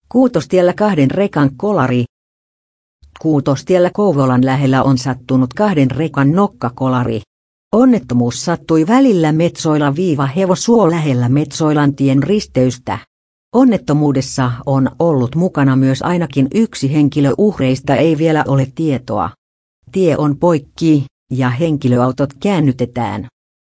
Kuutostiellä kahden rekan kolari. Kuutostiellä Kouvolan lähellä on sattunut kahden rekan nokkakolari. Onnettomuus sattui välillä Metsoila-Hevosuo lähellä Metsoilantien risteystä. Onnettomuudessa on ollut mukana myös ainakin yksi henkilö, uhreista ei vielä ole tietoa. Tie on poikki ja henkilöautot käännytetään.